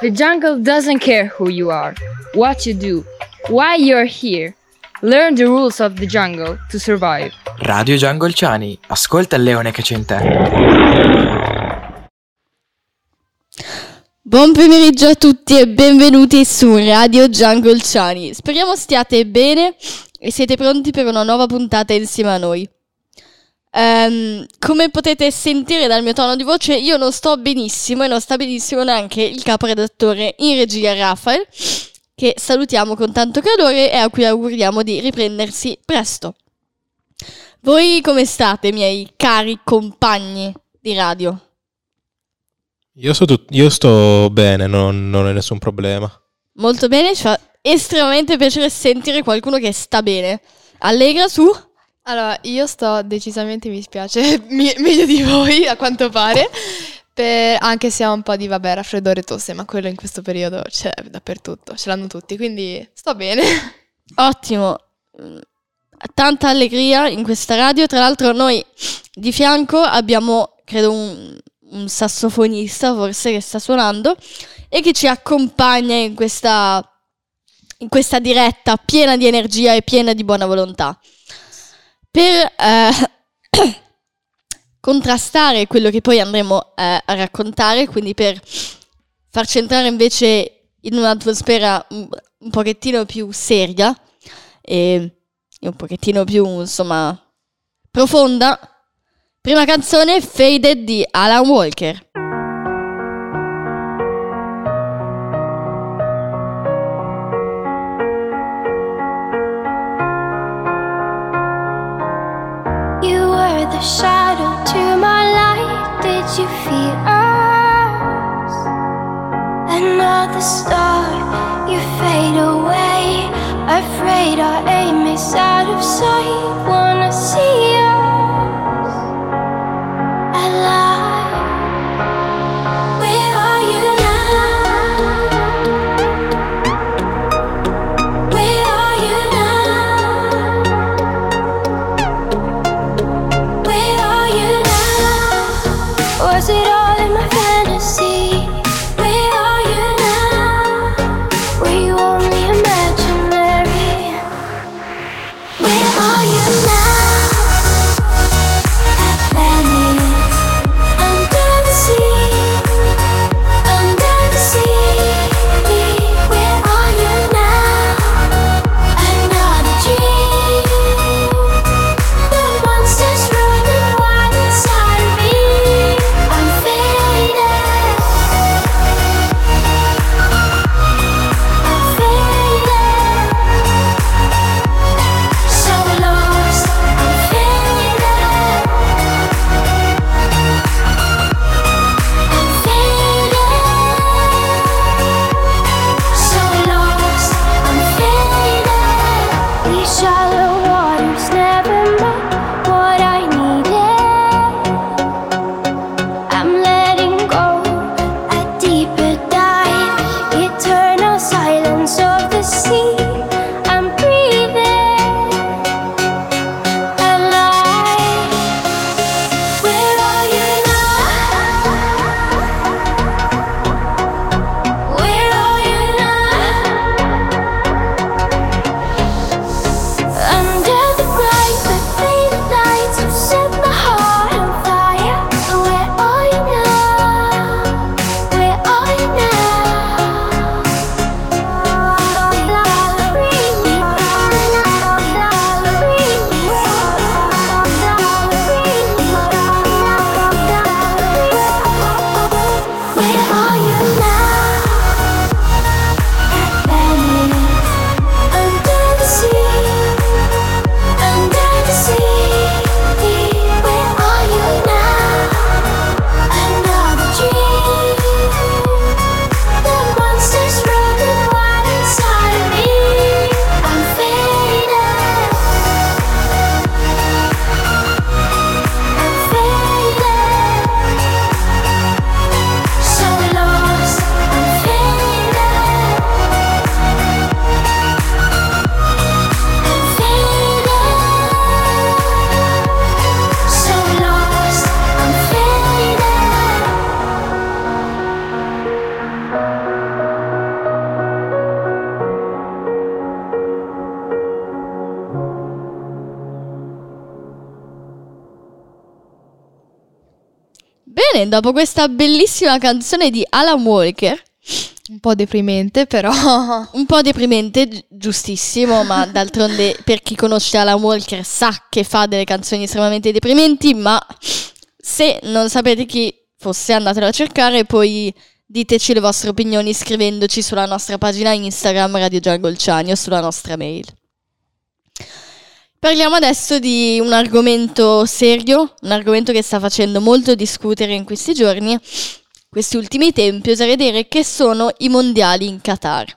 The jungle doesn't care who you are, what you do, why you're here. Learn the rules of the jungle to survive. Radio Giangolciani, ascolta il leone che c'è in te. Buon pomeriggio a tutti e benvenuti su Radio Giangolciani. Speriamo stiate bene e siete pronti per una nuova puntata insieme a noi. Come potete sentire dal mio tono di voce, io non sto benissimo e non sta benissimo neanche il caporedattore in regia Rafael, che salutiamo con tanto calore e a cui auguriamo di riprendersi presto. Voi come state, miei cari compagni di radio? Io sto bene, non ho nessun problema. Molto bene, ci fa estremamente piacere sentire qualcuno che sta bene. Allegra, su? Allora, io sto decisamente, mi spiace, meglio di voi a quanto pare, anche se ho un po' di raffreddore e tosse, ma quello in questo periodo c'è dappertutto, ce l'hanno tutti, quindi sto bene. Ottimo, tanta allegria in questa radio. Tra l'altro noi di fianco abbiamo, credo, un sassofonista forse che sta suonando e che ci accompagna in questa diretta piena di energia e piena di buona volontà. Per contrastare quello che poi andremo a raccontare, quindi per farci entrare invece in un'atmosfera un pochettino più seria e un pochettino più, insomma, profonda, prima canzone, Faded di Alan Walker. Shadow to my light, did you feel us? Another star, you fade away. Afraid our aim is out of sight. Wanna see us alive. Where are you now? Where are you now? Was it all in my fantasy? Where are you now? Were you only imaginary? Where are you now? Atlantis, under the sea, under the sea. Where are you now? Another dream. The monsters running wild inside of me. I'm faded. I'm faded. So lost. I'm faded. I'm faded. So lost. I'm faded. These shallow waters never met what I needed. I'm letting go a deeper dive. Eternal silence of the sea. I'm breathing alive. Where are you now? Where are you now? Bene, dopo questa bellissima canzone di Alan Walker, Un po' deprimente, però. un po' deprimente, giustissimo, ma d'altronde per chi conosce Alan Walker sa che fa delle canzoni estremamente deprimenti, ma se non sapete chi fosse andatelo a cercare, poi diteci le vostre opinioni scrivendoci sulla nostra pagina Instagram Radio Jungle Ciani o sulla nostra mail. Parliamo adesso di un argomento serio, un argomento che sta facendo molto discutere in questi giorni, questi ultimi tempi, oserei dire, che sono i mondiali in Qatar.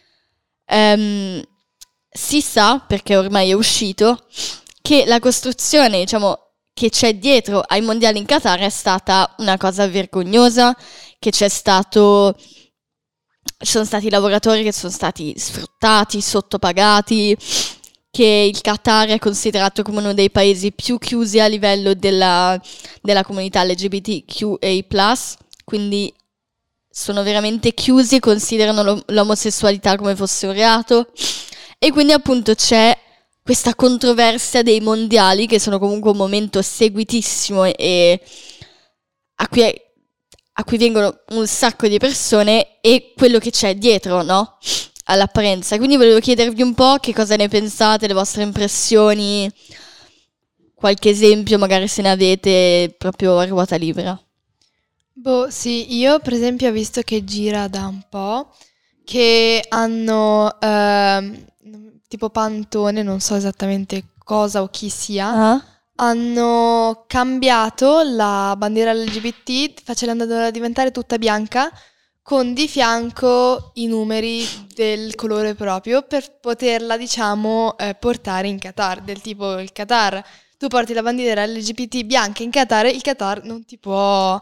Si sa, perché ormai è uscito, che la costruzione, diciamo, che c'è dietro ai mondiali in Qatar è stata una cosa vergognosa, che ci sono stati lavoratori che sono stati sfruttati, sottopagati, che il Qatar è considerato come uno dei paesi più chiusi a livello della comunità LGBTQA+, quindi sono veramente chiusi e considerano l'omosessualità come fosse un reato, e quindi appunto c'è questa controversia dei mondiali, che sono comunque un momento seguitissimo e a cui vengono un sacco di persone, e quello che c'è dietro, no? All'apparenza. Quindi volevo chiedervi un po' che cosa ne pensate, le vostre impressioni, qualche esempio magari se ne avete proprio a ruota libera. Boh, sì, io per esempio ho visto che gira da un po', che hanno tipo Pantone, non so esattamente cosa o chi sia, hanno cambiato la bandiera LGBT facendola diventare tutta bianca, con di fianco i numeri del colore proprio, per poterla, diciamo, portare in Qatar. Del tipo, il Qatar, tu porti la bandiera LGBT bianca in Qatar, il Qatar non ti può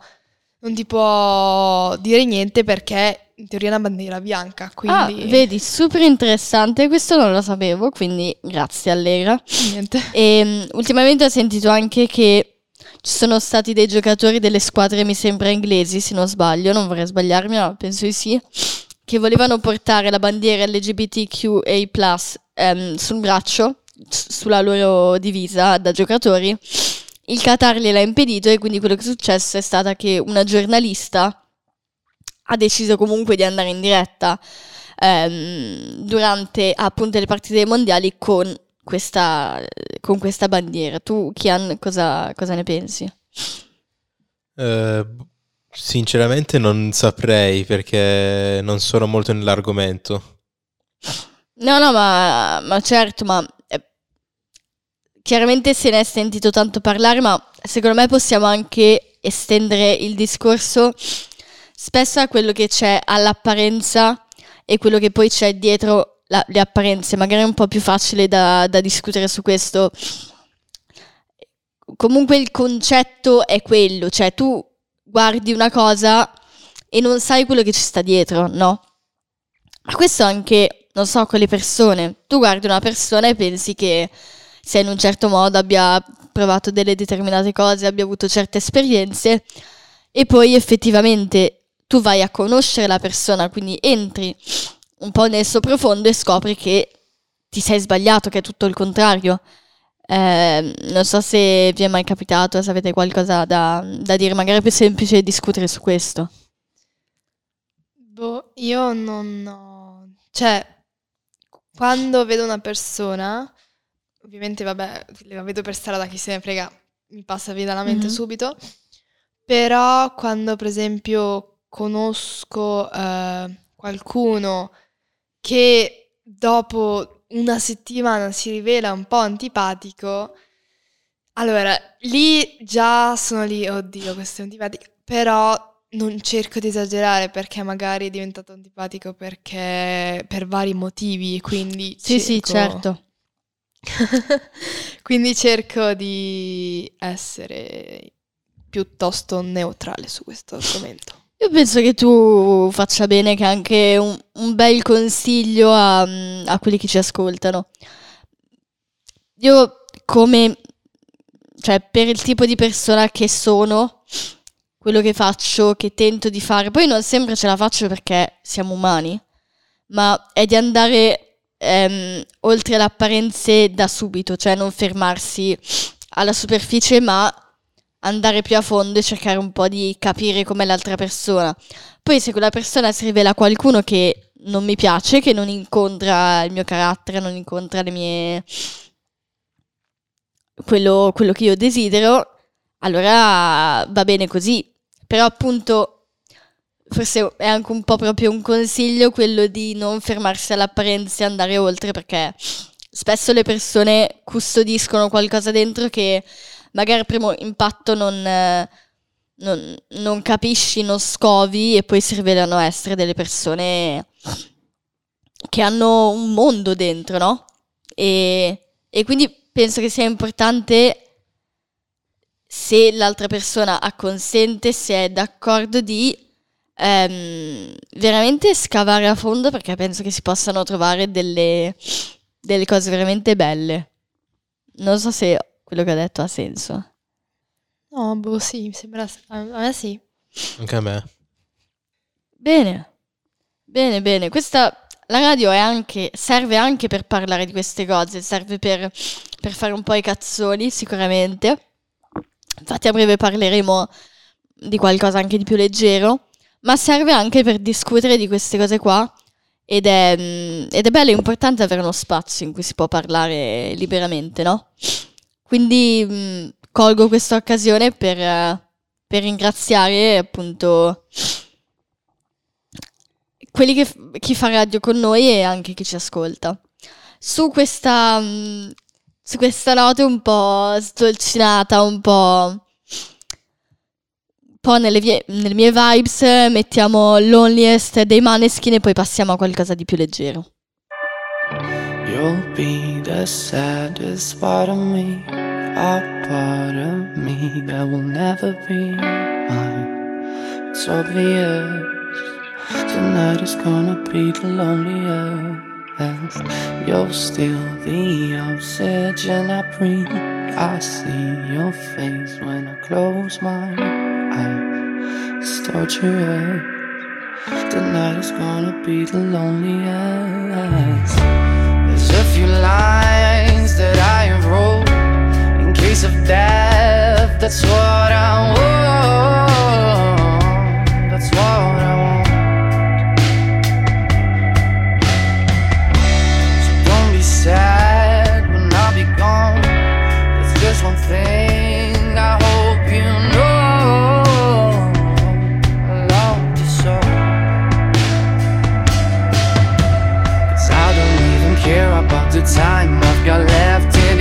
dire niente, perché in teoria è una bandiera bianca, quindi... vedi, super interessante, questo non lo sapevo, quindi grazie Allegra. Niente. E ultimamente ho sentito anche che ci sono stati dei giocatori delle squadre, mi sembra inglesi, se non sbaglio, non vorrei sbagliarmi, ma penso di sì, che volevano portare la bandiera LGBTQA+, sul braccio, sulla loro divisa da giocatori. Il Qatar gliel'ha impedito, e quindi quello che è successo è stata che una giornalista ha deciso comunque di andare in diretta durante appunto le partite dei mondiali con questa bandiera. Tu, Kian, cosa ne pensi? Sinceramente non saprei, perché non sono molto nell'argomento. No, ma certo, ma chiaramente se ne è sentito tanto parlare, ma secondo me possiamo anche estendere il discorso spesso a quello che c'è all'apparenza e quello che poi c'è dietro le apparenze. Magari è un po' più facile da discutere su questo. Comunque il concetto è quello, cioè tu guardi una cosa e non sai quello che ci sta dietro, no? Ma questo anche, non so, con le persone. Tu guardi una persona e pensi che se in un certo modo abbia provato delle determinate cose, abbia avuto certe esperienze, e poi effettivamente tu vai a conoscere la persona, quindi entri un po' nel suo profondo e scopri che ti sei sbagliato, che è tutto il contrario. Non so se vi è mai capitato, se avete qualcosa da dire, magari è più semplice discutere su questo. Boh, io non ho... Cioè, quando vedo una persona, ovviamente vabbè, la vedo per strada, chi se ne frega, mi passa via dalla mente subito, però quando per esempio conosco qualcuno che dopo una settimana si rivela un po' antipatico, allora lì già sono lì, oddio, questo è antipatico, però non cerco di esagerare, perché magari è diventato antipatico perché per vari motivi, quindi Sì, certo. quindi cerco di essere piuttosto neutrale su questo argomento. Io penso che tu faccia bene, che anche un bel consiglio a quelli che ci ascoltano. Io cioè per il tipo di persona che sono, quello che faccio, che tento di fare, poi non sempre ce la faccio perché siamo umani, ma è di andare oltre le apparenze da subito, cioè non fermarsi alla superficie, ma andare più a fondo e cercare un po' di capire com'è l'altra persona. Poi se quella persona si rivela qualcuno che non mi piace, che non incontra il mio carattere, non incontra le mie... quello che io desidero, allora va bene così. Però appunto forse è anche un po' proprio un consiglio quello di non fermarsi all'apparenza e andare oltre, perché spesso le persone custodiscono qualcosa dentro che magari al primo impatto non capisci, non scovi, e poi si rivelano essere delle persone che hanno un mondo dentro, no? E quindi penso che sia importante, se l'altra persona acconsente, se è d'accordo, di veramente scavare a fondo, perché penso che si possano trovare delle cose veramente belle. Non so se quello che ho detto ha senso. No, boh, sì, mi sembra... A me sì. Anche a me. Bene. La radio serve anche per parlare di queste cose, serve per fare un po' i cazzoni, sicuramente. Infatti a breve parleremo di qualcosa anche di più leggero, ma serve anche per discutere di queste cose qua, ed è bello e importante avere uno spazio in cui si può parlare liberamente, no? Quindi colgo questa occasione per ringraziare appunto chi fa radio con noi e anche chi ci ascolta. Su questa note un po' sdolcinata, un po' nelle mie vibes, mettiamo Loneliest dei Maneskin e poi passiamo a qualcosa di più leggero. You'll be the saddest part of me, a part of me that will never be mine. It's obvious tonight is gonna be the loneliest. You're still the oxygen I breathe. I see your face when I close my eyes. It's torturous. Tonight is gonna be the loneliest. There's a few lines that I have wrote in case of death. That's what I want. That's what I want. So don't be sad when I'll be gone. There's just one thing I hope you know. I love you so. 'Cause I don't even care about the time I've got left in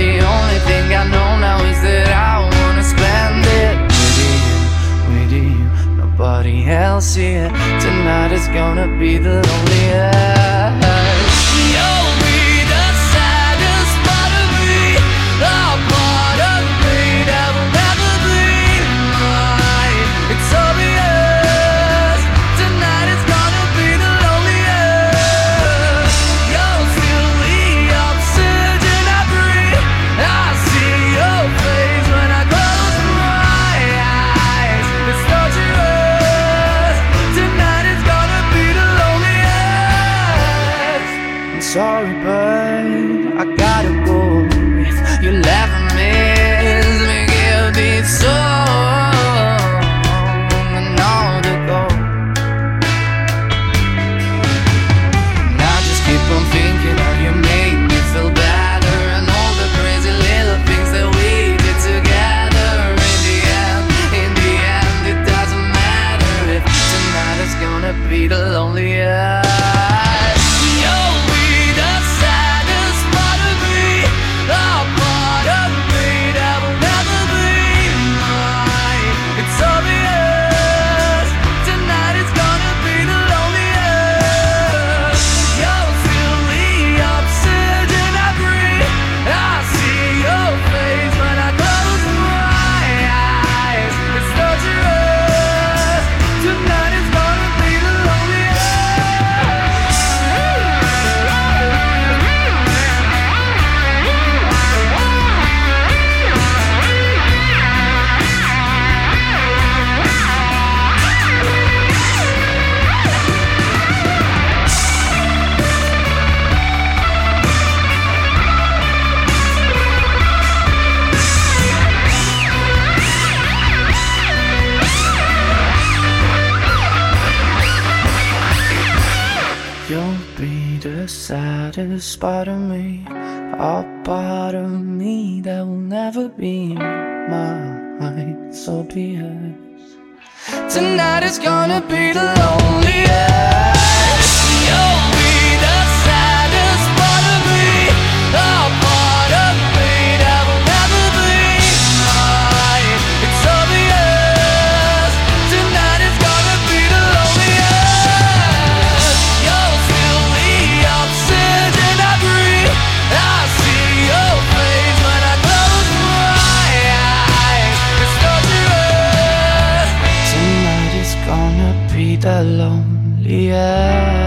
saddest part of me, a part of me that will never be mine. So be it. Tonight is gonna be the loneliest. You'll be the saddest part of me, a part of me that will never be mine. It's obvious. Tonight is gonna be the loneliest. You'll feel the oxygen I breathe. I see your face when I close my eyes. It's torturous. Tonight is gonna be the loneliest.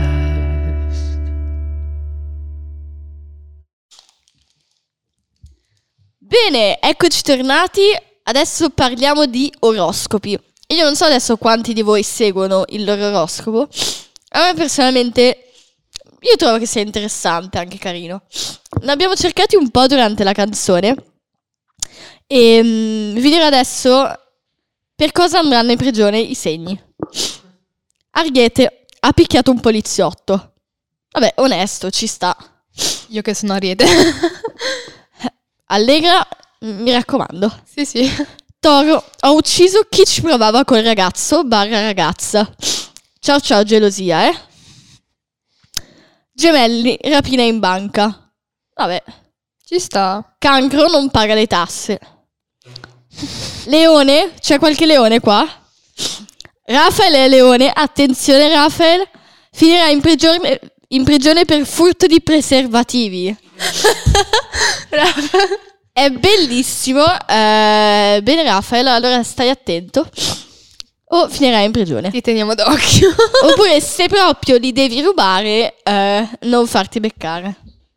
Bene, eccoci tornati. Adesso parliamo di oroscopi. Io non so adesso quanti di voi seguono il loro oroscopo. A me personalmente io trovo che sia interessante, anche carino. Ne abbiamo cercati un po' durante la canzone. E vi dirò adesso per cosa andranno in prigione i segni. Ariete ha picchiato un poliziotto. Vabbè, onesto, ci sta. Io che sono Ariete. Allegra, mi raccomando. Sì, sì. Toro, ho ucciso chi ci provava col ragazzo / ragazza. Ciao ciao gelosia, Gemelli, rapina in banca. Vabbè. Ci sta. Cancro, non paga le tasse. Leone, c'è qualche leone qua? Rafael è leone, attenzione Rafael, finirà in prigione per furto di preservativi. È bellissimo. Bene Rafael, allora stai attento o finirai in prigione. Ti teniamo d'occhio. Oppure se proprio li devi rubare, non farti beccare.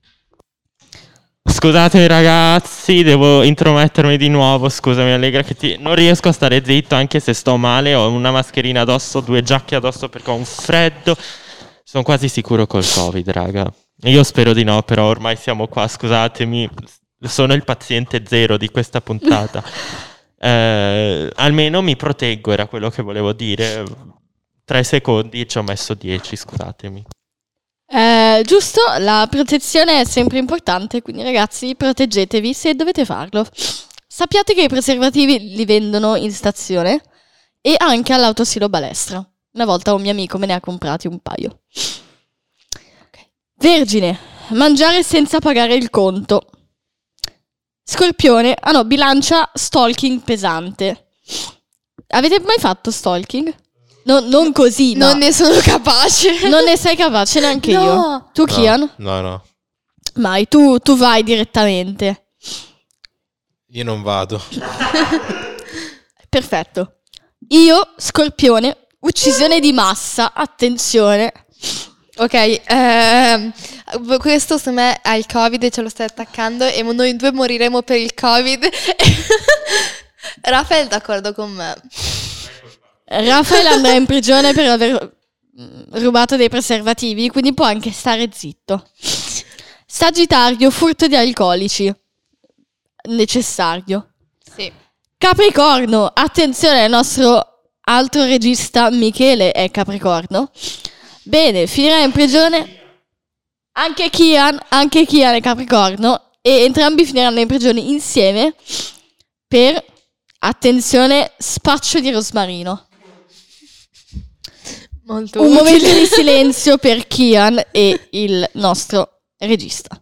Scusate ragazzi, devo intromettermi di nuovo. Scusami Allegra che non riesco a stare zitto anche se sto male. Ho una mascherina addosso, 2 giacche addosso perché ho un freddo. Sono quasi sicuro col Covid, raga. Io spero di no, però ormai siamo qua, scusatemi. Sono il paziente zero di questa puntata. Almeno mi proteggo, era quello che volevo dire. 3 secondi, ci ho messo 10, scusatemi. Giusto, la protezione è sempre importante, quindi ragazzi proteggetevi se dovete farlo. Sappiate che i preservativi li vendono in stazione e anche all'autosilo Balestra. Una volta un mio amico me ne ha comprati un paio. Vergine, mangiare senza pagare il conto. Scorpione, bilancia, stalking pesante. Avete mai fatto stalking? Non così, Non ne sono capace. Non ne sei capace neanche No. io. Tu, Kian? No. Mai, tu vai direttamente. Io non vado. Perfetto. Io, Scorpione, uccisione di massa, attenzione. Ok, questo secondo me ha il Covid e ce lo stai attaccando e noi 2 moriremo per il Covid. Raffaele è d'accordo con me. Raffaele andrà in prigione per aver rubato dei preservativi, quindi può anche stare zitto. Sagittario, furto di alcolici. Necessario. Sì. Capricorno, attenzione, il nostro altro regista Michele è Capricorno. Bene, finirà in prigione anche Kian è Capricorno e entrambi finiranno in prigione insieme per, attenzione, spaccio di rosmarino. Molto Un utile. momento di silenzio per Kian e il nostro regista.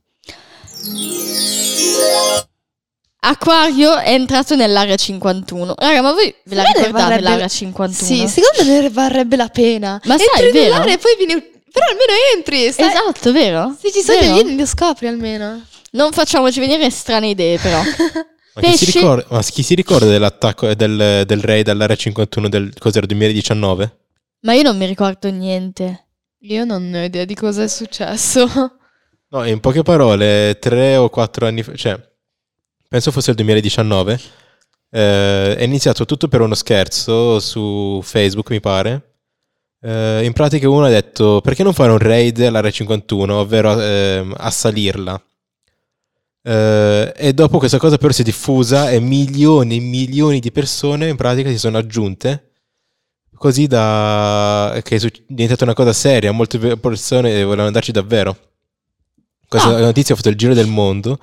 Acquario è entrato nell'area 51. Raga, ma voi ve la Secondo me ricordate varrebbe- l'area 51? Sì, secondo me varrebbe la pena. Ma sai, Entri vero? nell'area e poi vieni. Però almeno entri. Sai? Esatto, vero? Se ci sono Vero? gli alieni li scopri almeno. Non facciamoci venire strane idee, però. Ma chi Pesci. chi si ricorda dell'attacco del raid all'area 51 del cos'era 2019? Ma io non mi ricordo niente. Io non ho idea di cosa è successo. No, in poche parole, 3 o 4 anni fa, cioè, penso fosse il 2019, è iniziato tutto per uno scherzo su Facebook, mi pare. In pratica uno ha detto, perché non fare un raid all'area 51, ovvero assalirla? E dopo questa cosa però si è diffusa e milioni e milioni di persone in pratica si sono aggiunte, così che è diventata una cosa seria, molte persone volevano andarci davvero. La notizia ha fatto il giro del mondo.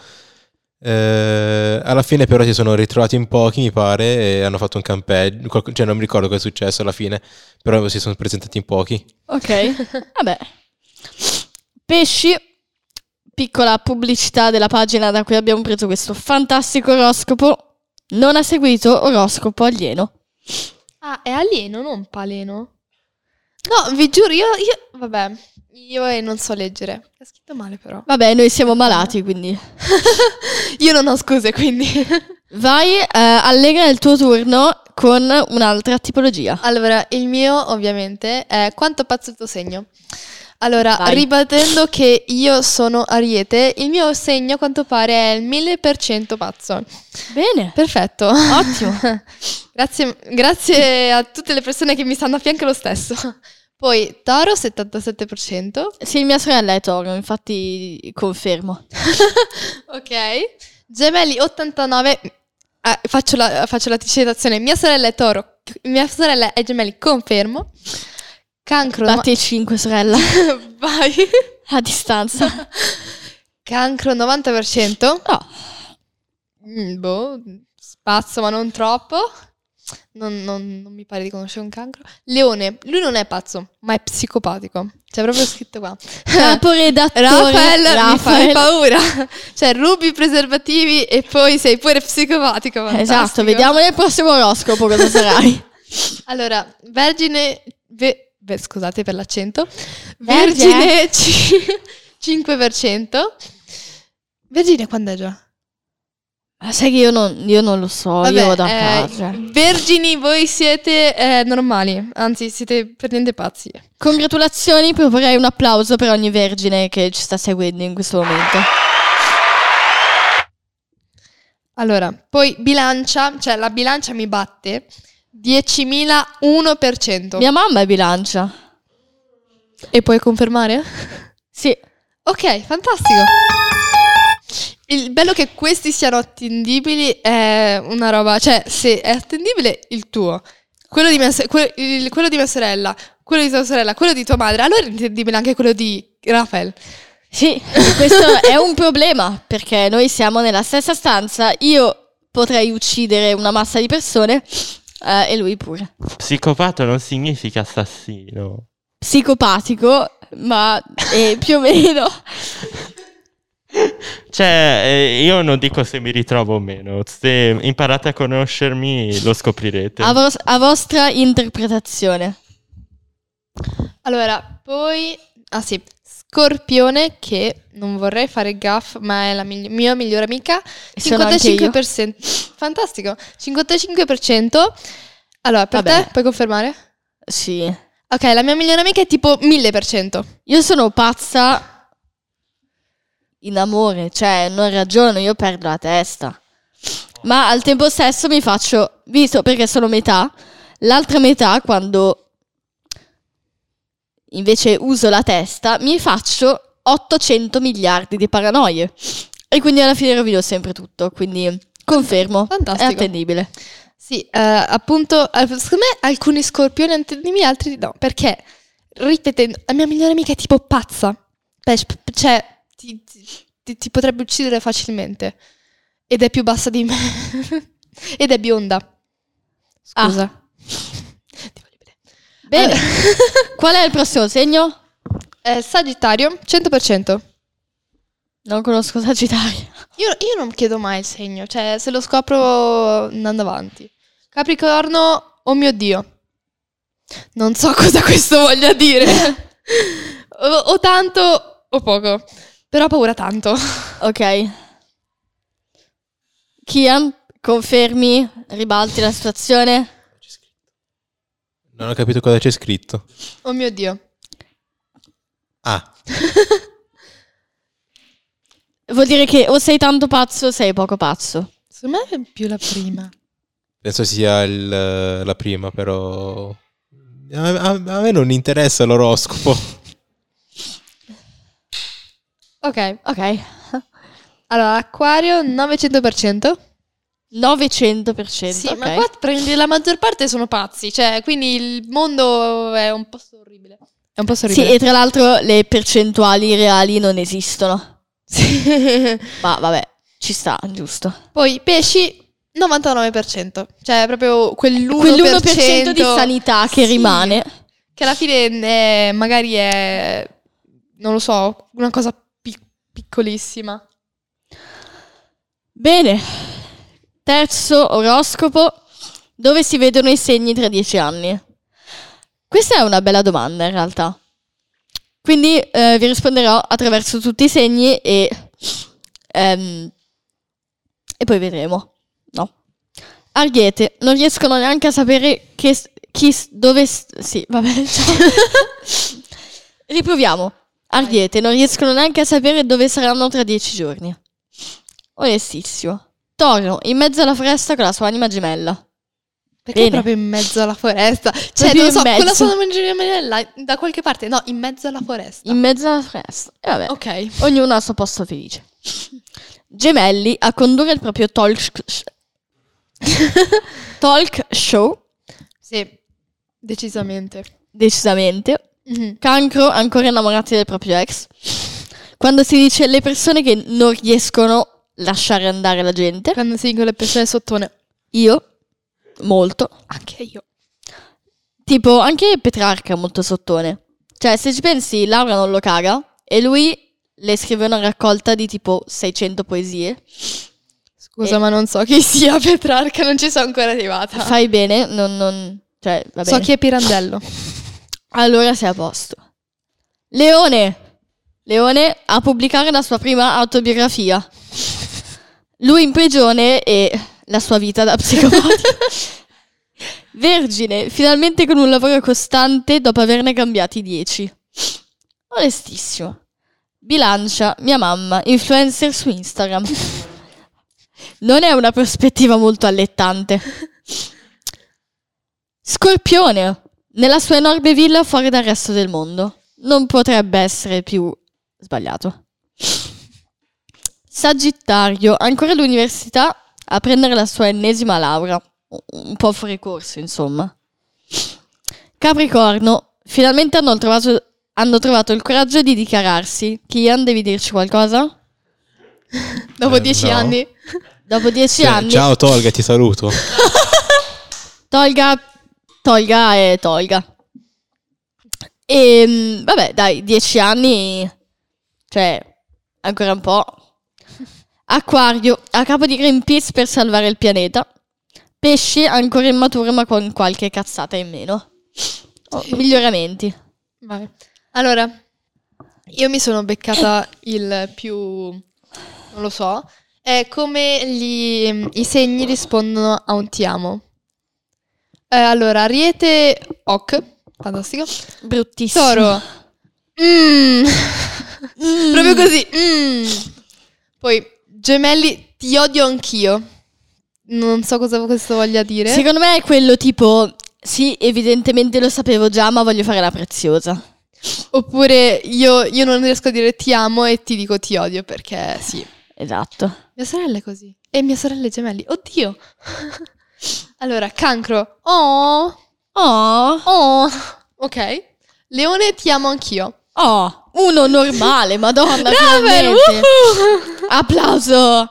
Alla fine però si sono ritrovati in pochi, mi pare, e hanno fatto un campeggio. Cioè non mi ricordo cosa è successo alla fine, però si sono presentati in pochi. Ok, vabbè. Pesci, piccola pubblicità della pagina da cui abbiamo preso questo fantastico oroscopo. Non ha seguito oroscopo alieno. Ah, è alieno, non paleno. No, vi giuro, vabbè, io non so leggere. È scritto male però. Vabbè, noi siamo malati, quindi. Io non ho scuse, quindi. Vai, Allegra, è il tuo turno con un'altra tipologia. Allora, il mio ovviamente è quanto pazzo il tuo segno. Allora, Vai. ribattendo che io sono Ariete, il mio segno a quanto pare è il 1000% pazzo. Bene. Perfetto. Ottimo. Grazie a tutte le persone che mi stanno a fianco lo stesso. Poi Toro 77%. Sì, mia sorella è Toro, infatti confermo. Ok. Gemelli 89%. Faccio la citazione. Mia sorella è Toro. Mia sorella è Gemelli, confermo. Cancro. Batti il 5, sorella. Vai. A distanza. Cancro 90%. Oh. Boh, spazzo ma non troppo. Non mi pare di conoscere un cancro. Leone, lui non è pazzo, ma è psicopatico. C'è proprio scritto qua. Caporedattore Raffaele, mi fai paura. Cioè, rubi i preservativi e poi sei pure psicopatico. Fantastico. Esatto, vediamo nel prossimo oroscopo cosa sarai. Allora, Vergine... scusate per l'accento. Vergine. Vergine 5%. Vergine quando è già? Sai che io non lo so, Vabbè, io vado a casa. Vergini, voi siete normali, anzi siete per niente pazzi. Congratulazioni, proporrei un applauso per ogni vergine che ci sta seguendo in questo momento. Allora, poi bilancia, cioè la bilancia mi batte 10.001%. Mia mamma è bilancia. E puoi confermare? Sì. Ok, fantastico. Il bello che questi siano attendibili è una roba, cioè se è attendibile il tuo, quello di mia sorella, quello di tua sorella, quello di tua madre, allora è attendibile anche quello di Rafael. Sì, questo è un problema perché noi siamo nella stessa stanza, io potrei uccidere una massa di persone e lui pure. Psicopata non significa assassino. Psicopatico, ma più o meno. Cioè, io non dico se mi ritrovo o meno. Se imparate a conoscermi, lo scoprirete. A vostra interpretazione. Allora, poi... Ah sì, Scorpione, che non vorrei fare gaff, ma è la mia migliore amica. Sono anche io. 55%. Fantastico. 55%. Allora, per Vabbè. te puoi confermare? Sì. Ok, la mia migliore amica è tipo 1000%. Io sono pazza in amore, cioè non ragiono, io perdo la testa. Ma al tempo stesso mi faccio, visto perché sono metà, l'altra metà quando invece uso la testa mi faccio 800 miliardi di paranoie. E quindi alla fine rovino sempre tutto, quindi confermo, Fantastico. è attendibile. Sì, appunto, secondo me alcuni scorpioni attendibili, altri no. Perché, ripetendo, la mia migliore amica è tipo pazza. Cioè... Ti potrebbe uccidere facilmente. Ed è più bassa di me. Ed è bionda. Scusa. Ti voglio Bene. Qual è il prossimo segno? Sagittario, 100%. Non conosco Sagittario. Io non chiedo mai il segno. Cioè, se lo scopro andando avanti. Capricorno, oh mio Dio. Non so cosa questo voglia dire. o tanto o poco. Però ho paura tanto. Ok. Kian, confermi? Ribalti la situazione? Non ho capito cosa c'è scritto. Oh mio Dio. Ah, Vuol dire che o sei tanto pazzo o sei poco pazzo. Secondo me è più la prima. penso sia la prima, però a me non interessa l'oroscopo. Ok. Ok. Allora, Acquario 900%. 900%. Sì, ok. ma qua prendi la maggior parte sono pazzi, cioè, quindi il mondo è un posto orribile. È un posto Sì, orribile. e tra l'altro le percentuali reali non esistono. Sì. Ma vabbè, ci sta, giusto. Poi pesci 99%, cioè proprio Quell'1% di sanità che Sì. rimane. Che alla fine magari è, non lo so, una cosa piccolissima. Bene. Terzo oroscopo. Dove si vedono i segni tra 10 anni? Questa è una bella domanda in realtà. Quindi vi risponderò attraverso tutti i segni e poi vedremo. No. Ariete, non riescono neanche a sapere sì, vabbè. Riproviamo. Ariete, non riescono neanche a sapere dove saranno tra 10 giorni. Onestissimo. Toro, in mezzo alla foresta con la sua anima gemella. Perché Bene. proprio in mezzo alla foresta? Cioè, Proprio non lo in so, mezzo. quella sua gemella da qualche parte. No, in mezzo alla foresta. In mezzo alla foresta. E vabbè. Ok. Ognuno al suo posto felice. Gemelli a condurre il proprio talk show, Sì, decisamente. decisamente. Mhm. Cancro ancora innamorati del proprio ex. Quando si dice le persone che non riescono a lasciare andare la gente. Quando si dicono le persone sottone. Io, molto. Anche io. Tipo, anche Petrarca è molto sottone. Cioè, se ci pensi, Laura non lo caga e lui le scrive una raccolta di tipo 600 poesie. Scusa, ma non so chi sia Petrarca, non ci sono ancora arrivata. Fai bene, cioè, va bene. So chi è Pirandello. Allora sei a posto. Leone a pubblicare la sua prima autobiografia. Lui in prigione e la sua vita da psicopatico. Vergine, finalmente con un lavoro costante dopo averne cambiati 10. Onestissimo. Bilancia, mia mamma, influencer su Instagram. Non è una prospettiva molto allettante. Scorpione, nella sua enorme villa fuori dal resto del mondo. Non potrebbe essere più sbagliato. Sagittario, ancora all'università a prendere la sua ennesima laurea. Un po' fuori corso, insomma. Capricorno, finalmente hanno trovato il coraggio di dichiararsi. Kian, devi dirci qualcosa? Dopo 10 no. anni. Dopo 10 anni. Ciao Tolga, ti saluto. Tolga e Tolga. E vabbè, dai, 10 anni, cioè, ancora un po'. Acquario, a capo di Greenpeace per salvare il pianeta. Pesci, ancora immaturo ma con qualche cazzata in meno. Miglioramenti. Vai. Allora, io mi sono beccata il più, non lo so, è come i segni rispondono a un ti amo. Allora, Ariete, ok, fantastico. Bruttissimo. Toro, proprio così. Poi, Gemelli, ti odio anch'io. Non so cosa questo voglia dire. Secondo me è quello tipo, sì, evidentemente lo sapevo già, ma voglio fare la preziosa. Oppure io non riesco a dire ti amo e ti dico ti odio perché sì. Esatto. Mia sorella è così. E mia sorella è gemelli. Oddio. Allora, Cancro. Oh. Ok. Leone, ti amo anch'io. Oh, uno normale, madonna. Brava, finalmente. Applauso.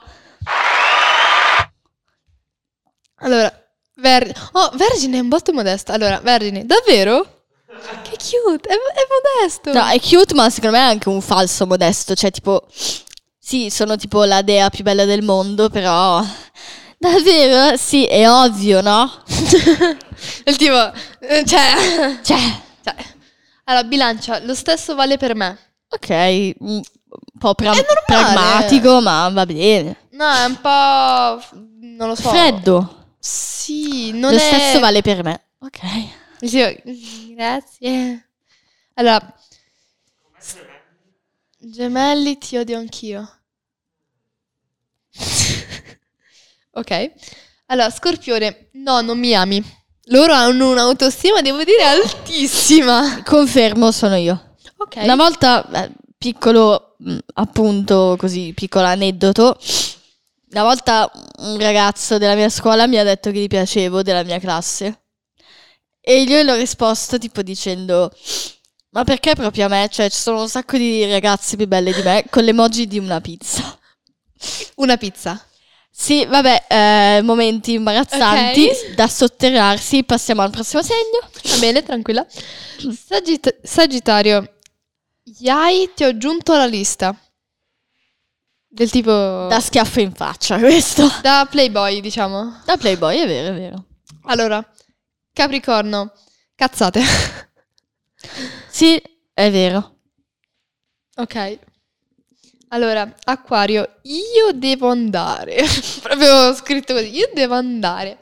Allora, Vergine è un botto modesta. Allora, Vergine, davvero? Che cute, è modesto. No, è cute, ma secondo me è anche un falso modesto. Cioè, tipo, sì, sono tipo la dea più bella del mondo, però davvero? Sì, è ovvio, no? Il tipo, cioè. Allora, Bilancia, lo stesso vale per me. Ok, un po' normale. pragmatico, ma va bene. No, è un po', non lo so. Freddo. Sì, non Lo è... stesso vale per me. Ok. Sì, grazie. Allora, Gemelli, ti odio anch'io. Ok. Allora, Scorpione, no, non mi ami. Loro hanno un'autostima, devo dire, altissima. Confermo, sono io. Ok. Una volta, piccolo, appunto, così, piccolo aneddoto. Una volta un ragazzo della mia scuola mi ha detto che gli piacevo, della mia classe. E io gli ho risposto tipo dicendo: Ma perché proprio a me? Cioè, ci sono un sacco di ragazze più belle di me con l'emoji di una pizza. Una pizza. Sì, vabbè, momenti imbarazzanti Ok. da sotterrarsi. Passiamo al prossimo segno. Va bene, tranquilla. Sagittario. Yai, ti ho aggiunto alla lista. Del tipo... Da schiaffo in faccia, questo. Da Playboy, diciamo. Da Playboy, è vero, è vero. Allora, Capricorno. Cazzate. Sì, è vero. Ok. Allora, Acquario. Io devo andare. Proprio scritto così. Io devo andare.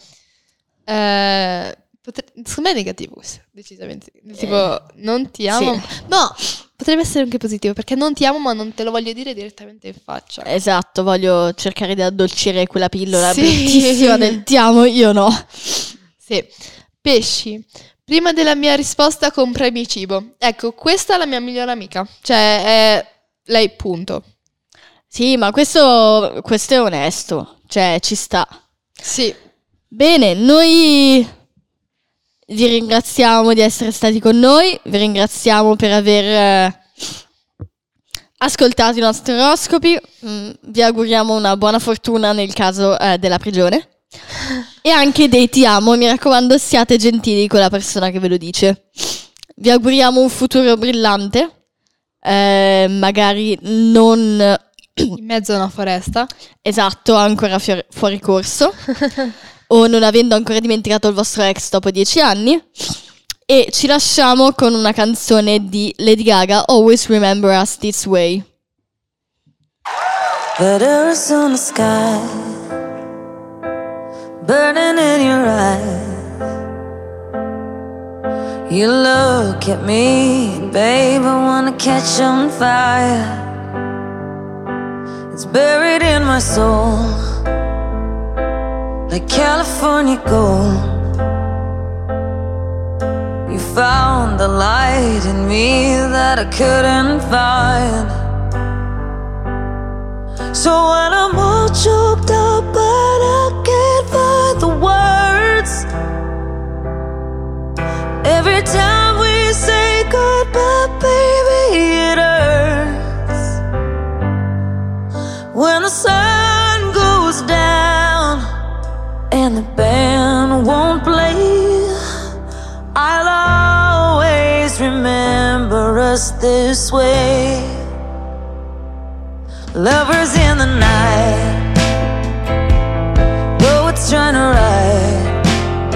Secondo me è negativo questo, decisamente. Del tipo, non ti amo. Sì. No, potrebbe essere anche positivo, perché non ti amo, ma non te lo voglio dire direttamente in faccia. Esatto, voglio cercare di addolcire quella pillola Sì. bruttissima del ti amo, io no. Sì. Pesci. Prima della mia risposta comprami cibo. Ecco, questa è la mia migliore amica. Cioè, è lei, punto. Sì, ma questo è onesto, cioè ci sta. Sì. Bene, noi vi ringraziamo di essere stati con noi, vi ringraziamo per aver ascoltato i nostri oroscopi, vi auguriamo una buona fortuna nel caso della prigione e anche dei ti amo, mi raccomando siate gentili con la persona che ve lo dice. Vi auguriamo un futuro brillante, magari non... In mezzo a una foresta. Esatto, ancora fuori corso o non avendo ancora dimenticato il vostro ex dopo 10 anni. E ci lasciamo con una canzone di Lady Gaga, Always Remember Us This Way. Letters on the sky, burning in your eyes. You look at me, babe, I wanna catch on fire. It's buried in my soul, like California gold. You found the light in me that I couldn't find. So when I'm all choked up but I can't find the words, every time we say goodbye, baby, it hurts. When the sun goes down and the band won't play, I'll always remember us this way. Lovers in the night, poets trying to write.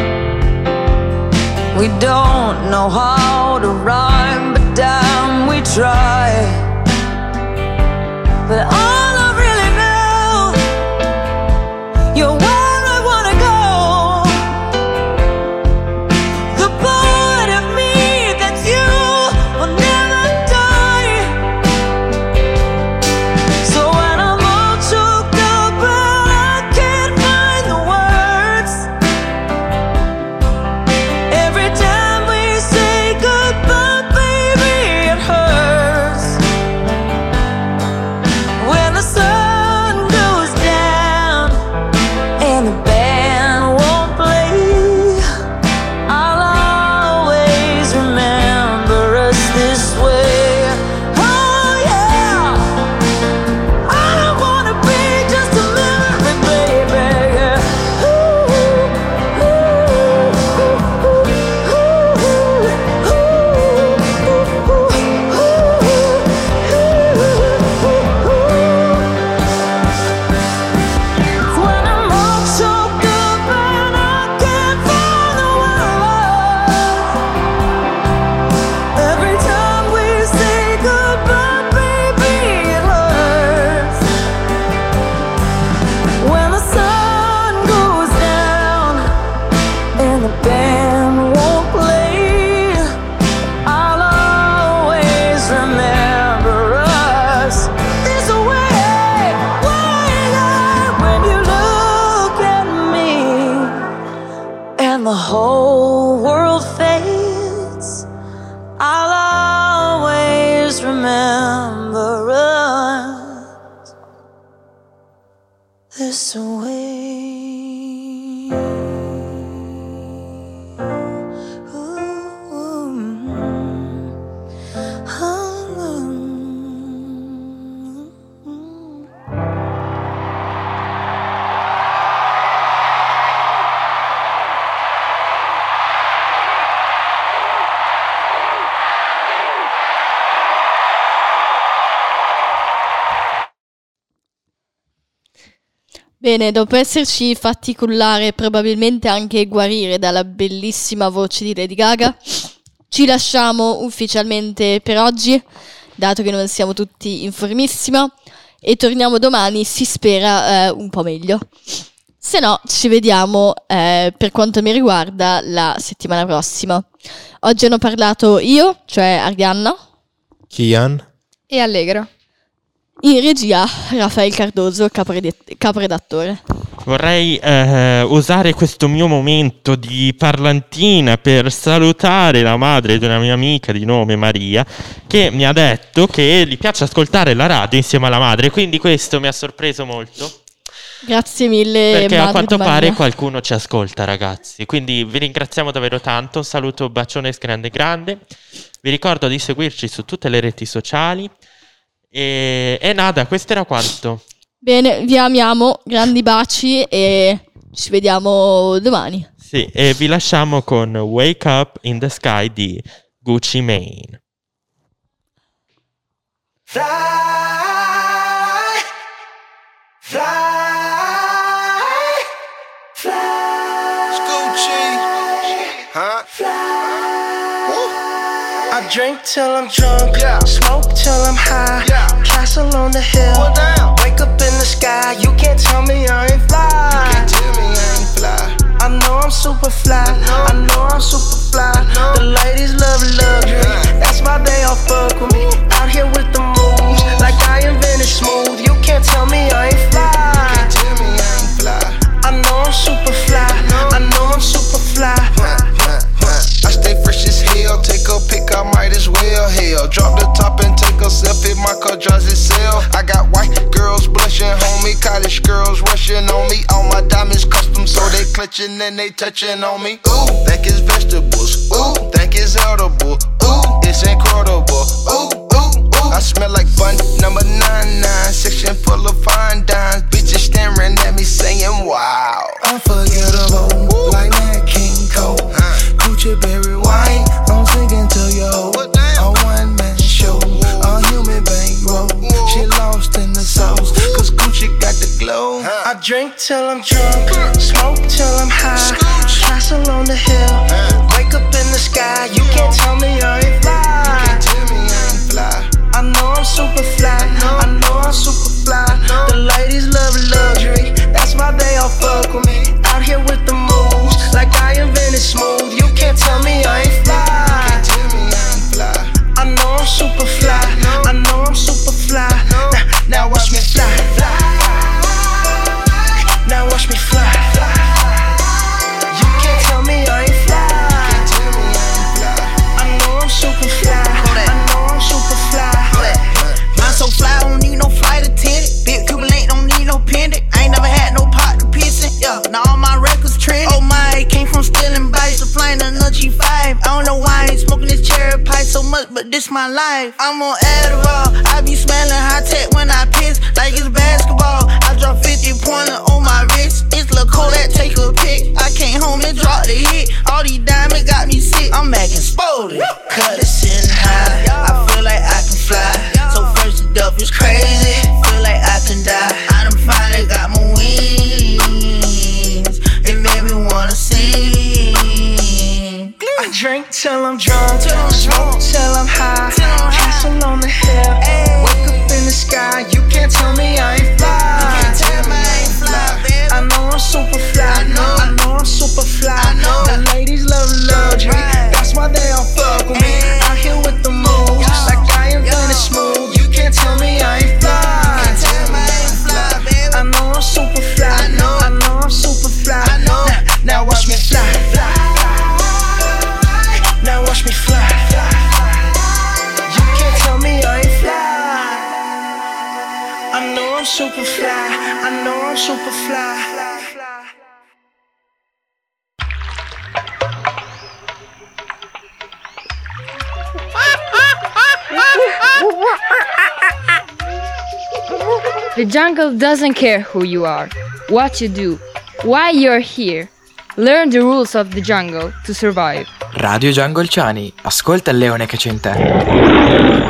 We don't know how to rhyme, but damn, we try. But all I really know, you're where I wanna go. The part of me that's you will never die. So when I'm all choked up but I can't find the words, every time we say goodbye, baby, it hurts. When the sun goes down and the band won't play, I'll always remember us this way. Oh yeah, I don't wanna be just a memory, baby. Yeah. When I'm all choked up and I can't find the words, every time we say goodbye, baby, it hurts. When the sun goes down and the band won't play, I'll always remember us this way. When you look at me and the whole world fades, I'll always remember us this way. Ooh. Bene, dopo esserci fatti cullare e probabilmente anche guarire dalla bellissima voce di Lady Gaga, ci lasciamo ufficialmente per oggi, dato che non siamo tutti in formissima, e torniamo domani, si spera, un po' meglio. Se no, ci vediamo, per quanto mi riguarda, la settimana prossima. Oggi hanno parlato io, cioè Arianna, Kian E Allegro. in regia Raffaele Cardoso, caporedattore. Vorrei usare questo mio momento di parlantina per salutare la madre di una mia amica di nome Maria, che mi ha detto che gli piace ascoltare la radio insieme alla madre, quindi questo mi ha sorpreso molto. Grazie mille, Perché a madre quanto di pare Maria. qualcuno ci ascolta, ragazzi. Quindi vi ringraziamo davvero tanto. Un saluto, bacione grande grande. Vi ricordo di seguirci su tutte le reti sociali. E nada, questo era quanto. Bene, vi amiamo, grandi baci e ci vediamo domani. Sì, e vi lasciamo con Wake Up in the Sky di Gucci Mane. Fly, fly, fly. Gucci, huh? Fly. Woo. I drink till I'm drunk, smoke till I'm high. Castle on the hill, wake up in the sky. You can't tell me I ain't fly. You can't tell me I ain't fly. I know I'm super fly. I know I'm super fly. The ladies love luxury. That's why they all fuck with me. Out here with the moves, like I invented smooth. You can't tell me I ain't fly. You can't tell me I ain't fly. I know I'm super fly. I know I'm super fly. I stay fresh as hell. Take a pic, I might as well. Hell, drop the top and take a selfie. My car drives itself. I got white girls blushing, homie. College girls rushing on me. All my diamonds custom, so they clutching and they touching on me. Ooh, think it's vegetables. Ooh, think it's edible. Ooh, it's incredible. Ooh, ooh, ooh. I smell like bun number 99. Section full of fine dimes. Bitches staring at me saying, wow. Unforgettable, like Nat King Cole. Gucci berry wine, I'm singing to yo. A one-man show, a human bankroll. She lost in the sauce, cause Gucci got the glow. I drink till I'm drunk, smoke till I'm high. Castle on the hill, wake up in the sky. You can't tell me I ain't fly. You can't tell me I ain't fly. I know I'm super fly. I know I'm super fly. The ladies love luxury. That's why they all fuck with me. Out here with the moves, like I invented smooth. You can't tell me I ain't fly. You can't tell me I ain't fly. I know I'm super fly. I know I'm super fly. Now watch me fly. Now watch me fly. You can't tell me I ain't fly. I know I'm super fly. I know I'm super fly. I'm so fly, I don't need no flight attendant. Big Cuban ain't don't need no pendant. I ain't never had no pot to piss in. Yeah, now all my records trending. Oh my, came from stealing bikes to flying another G5. I don't know why I ain't smoking this cherry pie so much, but this my life. I'm on Adderall. I be smelling high tech when I piss, like it's basketball. I drop 50 pointer on my wrist. It's Lil' Kodak, take a pic. I came home and dropped the hit. All these diamonds got me sick. I'm acting spoiled. Cut it sitting high. I feel like I can fly. So first it up is crazy. Feel like I can die. I done finally got my wings. It made me wanna sing. I drink till I'm drunk, smoke till I'm high. Castle on the hill, wake up in the sky. You can't tell me I ain't fly. You can't tell me I ain't fly. I know I'm super fly. I know I'm super fly. The ladies love luxury. That's why they all fuck with me. Out here with the moves, like I invented smooth. You can't tell me I ain't fly. You can't tell me I ain't fly. I know I'm super fly. I know I'm super fly. Now watch me fly. Now watch me fly. You can't tell me I ain't fly. I know I'm super fly. I know I'm super fly. The jungle doesn't care who you are, what you do, why you're here. Learn the rules of the jungle to survive. Radio Jungle Ciani, ascolta il leone che c'è in te.